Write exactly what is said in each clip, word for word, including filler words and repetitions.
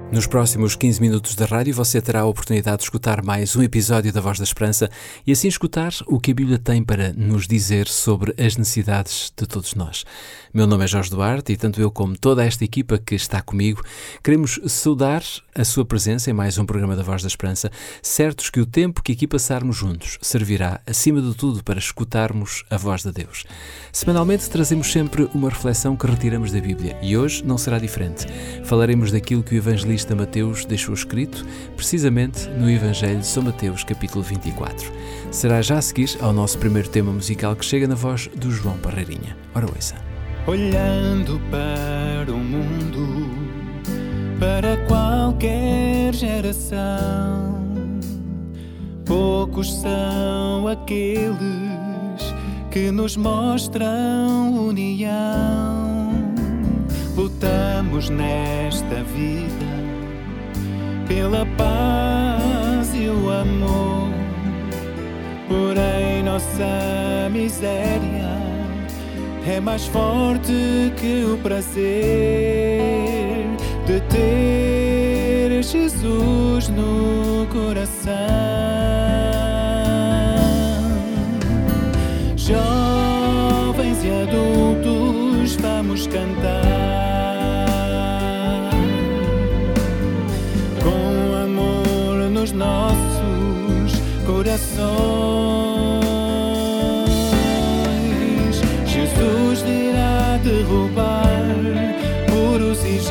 Nos próximos quinze minutos da rádio você terá a oportunidade de escutar mais um episódio da Voz da Esperança e assim escutar o que a Bíblia tem para nos dizer sobre as necessidades de todos nós. Meu nome é Jorge Duarte e tanto eu como toda esta equipa que está comigo queremos saudar a sua presença em mais um programa da Voz da Esperança, certos que o tempo que aqui passarmos juntos servirá, acima de tudo, para escutarmos a voz de Deus. Semanalmente trazemos sempre uma reflexão que retiramos da Bíblia e hoje não será diferente. Falaremos daquilo que o evangelista Mateus deixou escrito, precisamente no Evangelho de São Mateus, capítulo vinte e quatro. Será já a seguir ao nosso primeiro tema musical que chega na voz do João Parreirinha. Ora, ouça. Olhando para o mundo, para qualquer geração, poucos são aqueles que nos mostram união. Lutamos nesta vida pela paz e o amor, porém nossa miséria é mais forte que o prazer de ter Jesus no coração. Jovens e adultos, vamos cantar nos nossos corações. Jesus virá derrubar muros e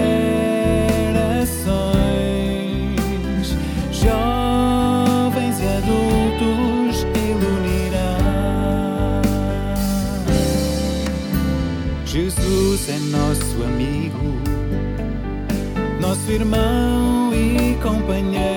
gerações. Jovens e adultos, Ele unirá. Jesus é nosso amigo, nosso irmão e companheiro.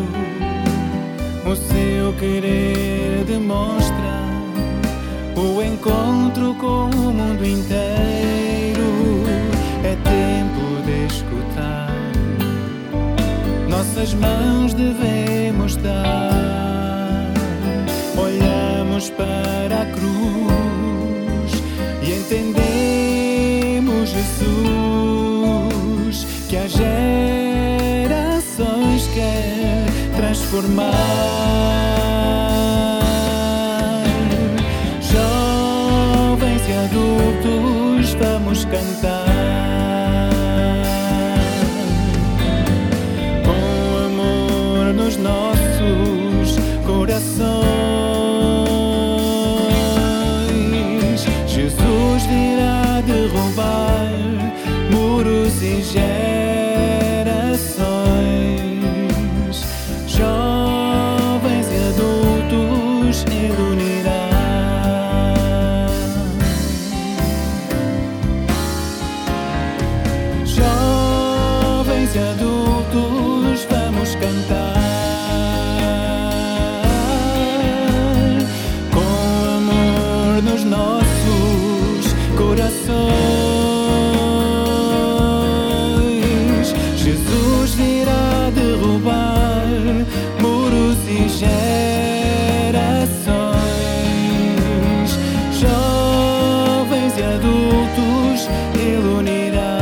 O seu querer demonstra o encontro com o mundo inteiro. É tempo de escutar, nossas mãos devemos dar. Olhamos para a cruz e entendemos Jesus, que a gerações quer transformar. Jovens e adultos, vamos cantar com amor nos nossos corações. Jesus virá derrubar muros e gerações. Jovens e adultos, Ele unirá. Jovens e adultos, vamos cantar com amor nos nossos corações. Jesus virá derrubar muros e gerações. Jovens e adultos, Ele unirá.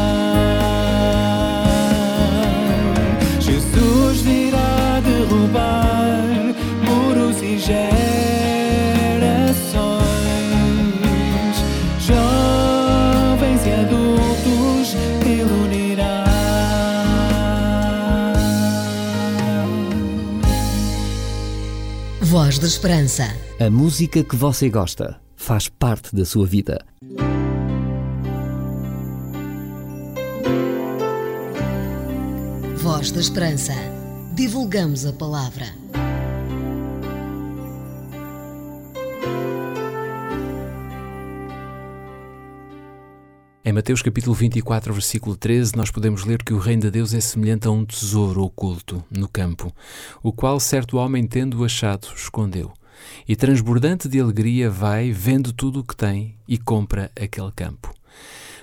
Jesus virá derrubar muros e gerações. Jovens e adultos, Ele unirá. Voz da Esperança. A música que você gosta faz parte da sua vida. Voz da Esperança. Divulgamos a palavra. Em Mateus capítulo vinte e quatro, versículo treze, nós podemos ler que o reino de Deus é semelhante a um tesouro oculto no campo, o qual certo homem, tendo achado, escondeu. E transbordante de alegria vai, vendo tudo o que tem, e compra aquele campo.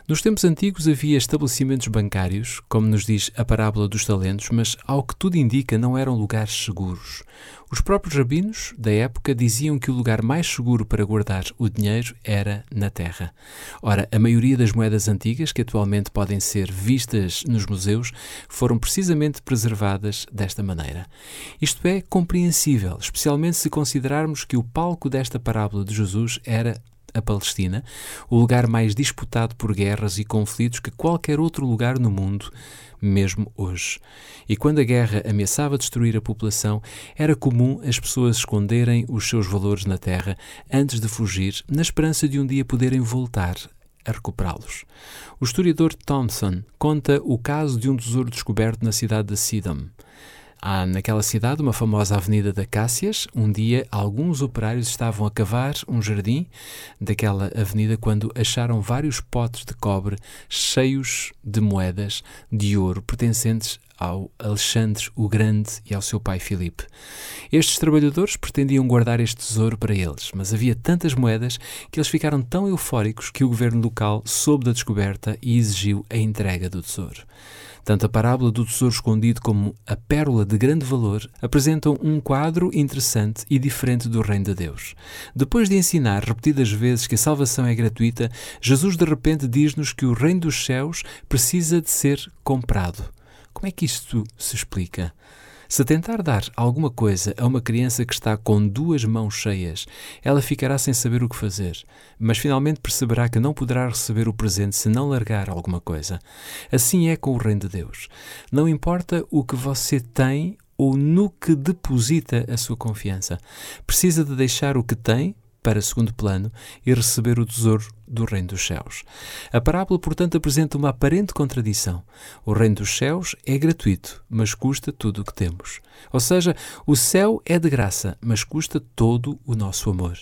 Nos tempos antigos havia estabelecimentos bancários, como nos diz a parábola dos talentos, mas ao que tudo indica não eram lugares seguros. Os próprios rabinos da época diziam que o lugar mais seguro para guardar o dinheiro era na terra. Ora, a maioria das moedas antigas que atualmente podem ser vistas nos museus foram precisamente preservadas desta maneira. Isto é compreensível, especialmente se considerarmos que o palco desta parábola de Jesus era a Palestina, o lugar mais disputado por guerras e conflitos que qualquer outro lugar no mundo, mesmo hoje. E quando a guerra ameaçava destruir a população, era comum as pessoas esconderem os seus valores na terra antes de fugir, na esperança de um dia poderem voltar a recuperá-los. O historiador Thompson conta o caso de um tesouro descoberto na cidade de Sidom. Há naquela cidade uma famosa avenida de acácias. Um dia, alguns operários estavam a cavar um jardim daquela avenida quando acharam vários potes de cobre cheios de moedas de ouro pertencentes ao Alexandre o Grande e ao seu pai Filipe. Estes trabalhadores pretendiam guardar este tesouro para eles, mas havia tantas moedas que eles ficaram tão eufóricos que o governo local soube da descoberta e exigiu a entrega do tesouro. Tanto a parábola do tesouro escondido como a pérola de grande valor apresentam um quadro interessante e diferente do reino de Deus. Depois de ensinar repetidas vezes que a salvação é gratuita, Jesus de repente diz-nos que o reino dos céus precisa de ser comprado. Como é que isto se explica? Se tentar dar alguma coisa a uma criança que está com duas mãos cheias, ela ficará sem saber o que fazer, mas finalmente perceberá que não poderá receber o presente se não largar alguma coisa. Assim é com o reino de Deus. Não importa o que você tem ou no que deposita a sua confiança. Precisa de deixar o que tem para segundo plano e receber o tesouro do reino dos céus. A parábola, portanto, apresenta uma aparente contradição. O reino dos céus é gratuito, mas custa tudo o que temos. Ou seja, o céu é de graça, mas custa todo o nosso amor.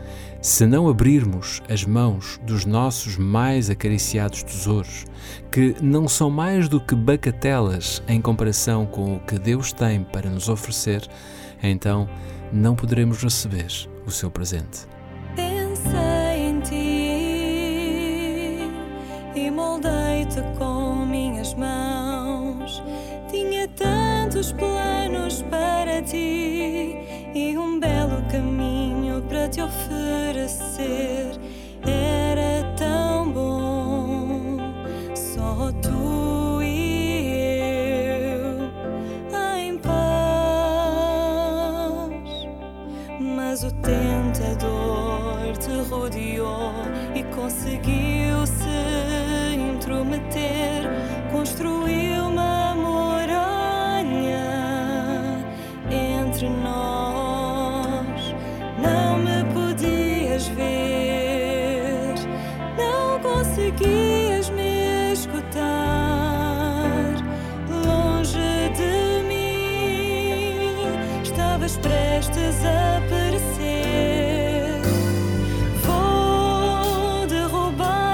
Se não abrirmos as mãos dos nossos mais acariciados tesouros, que não são mais do que bagatelas em comparação com o que Deus tem para nos oferecer, então não poderemos receber o seu presente. Pensei em ti e moldei-te com minhas mãos. Tinha tantos planos para ti e um belo caminho para te oferecer. Era tão bom, só tu e eu em paz. Mas o tentador te rodeou e conseguiu se intrometer. Construiu uma muralha entre nós. Não me podias ver, não conseguias me escutar. Longe de mim, estavas prestes a perecer. Vou derrubar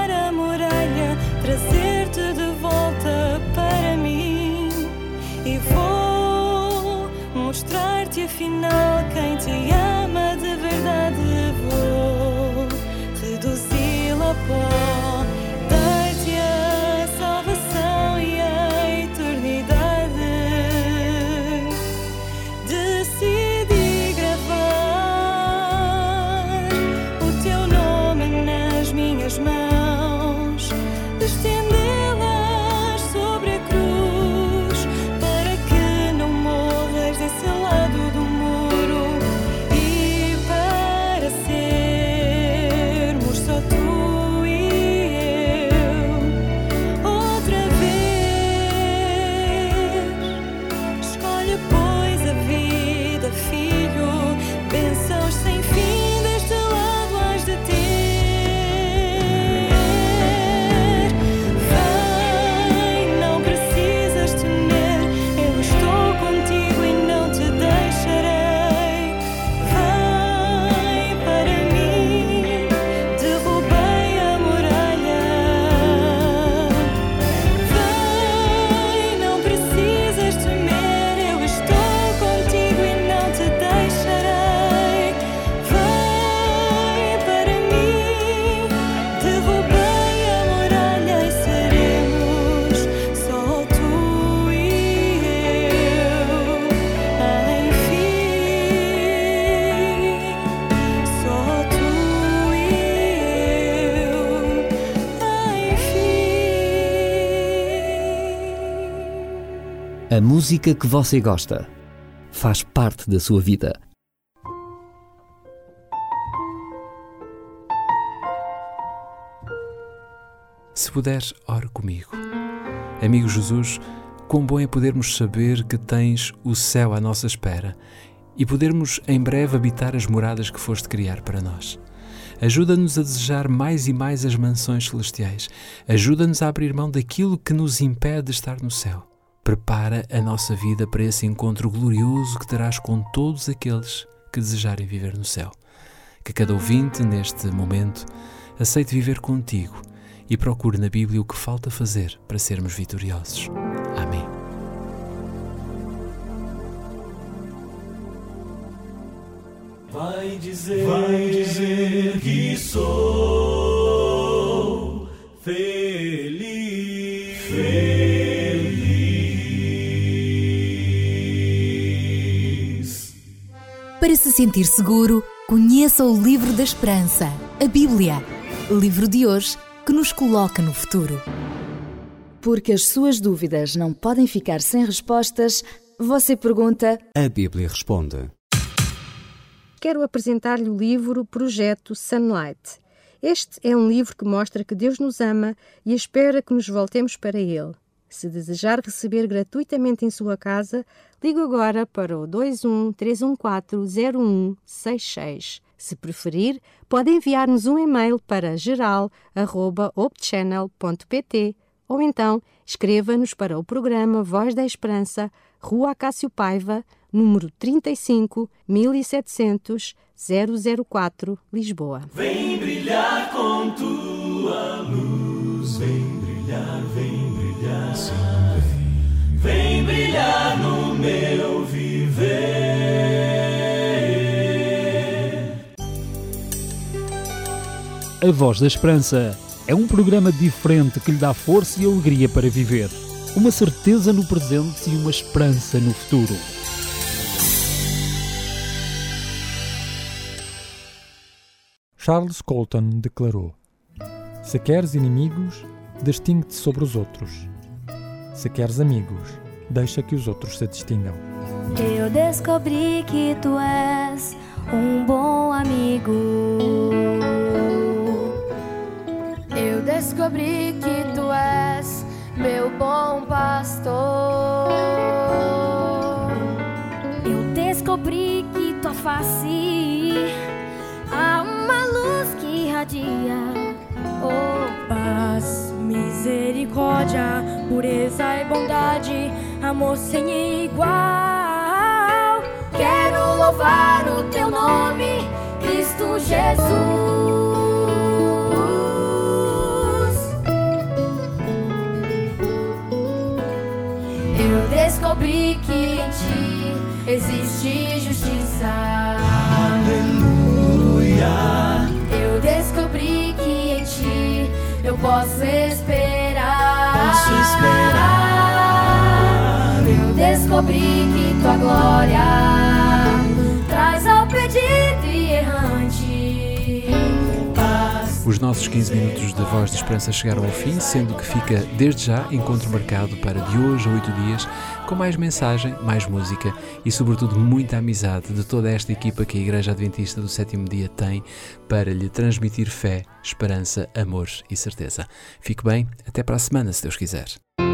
A música que você gosta faz parte da sua vida. Se puder, ore comigo. Amigo Jesus, quão bom é podermos saber que tens o céu à nossa espera e podermos em breve habitar as moradas que foste criar para nós. Ajuda-nos a desejar mais e mais as mansões celestiais. Ajuda-nos a abrir mão daquilo que nos impede de estar no céu. Prepara a nossa vida para esse encontro glorioso que terás com todos aqueles que desejarem viver no céu. Que cada ouvinte, neste momento, aceite viver contigo e procure na Bíblia o que falta fazer para sermos vitoriosos. Amém. Vai dizer, vai dizer que sou feliz, feliz. Para se sentir seguro, conheça o Livro da Esperança, a Bíblia. Livro de hoje que nos coloca no futuro. Porque as suas dúvidas não podem ficar sem respostas, você pergunta, A Bíblia responde. Quero apresentar-lhe o livro Projeto Sunlight. Este é um livro que mostra que Deus nos ama e espera que nos voltemos para Ele. Se desejar receber gratuitamente em sua casa, ligue agora para o dois um três um quatro zero um seis seis. Se preferir, pode enviar-nos um e-mail para geral arroba opchannel ponto pt ou então escreva-nos para o programa Voz da Esperança, Rua Acácio Paiva, número trinta e cinco, mil e setecentos, zero zero quatro, Lisboa. Vem brilhar com tua luz, vem brilhar, vem brilhar, sim, vem. Vem brilhar no meu viver. A Voz da Esperança é um programa diferente que lhe dá força e alegria para viver. Uma certeza no presente e uma esperança no futuro. Charles Colton declarou: se queres inimigos, distingue-te sobre os outros. Se queres amigos, deixa que os outros se distingam. Eu descobri que tu és um bom amigo. Eu descobri que tu és meu bom pastor. Eu descobri que tua face há uma luz que irradia. Oh, paz, misericórdia, pureza e bondade, amor sem igual. Quero louvar o teu nome, Cristo Jesus. Eu descobri que em ti existe justiça. Aleluia. Eu descobri que em ti eu posso esperar. Posso esperar. Eu descobri que tua glória traz ao perdido e errante paz. Os nossos quinze minutos de Voz de Esperança chegaram ao fim, sendo que fica desde já encontro marcado para de hoje a oito dias, com mais mensagem, mais música e sobretudo muita amizade de toda esta equipa que a Igreja Adventista do Sétimo Dia tem para lhe transmitir fé, esperança, amor e certeza. Fique bem, até para a semana, se Deus quiser.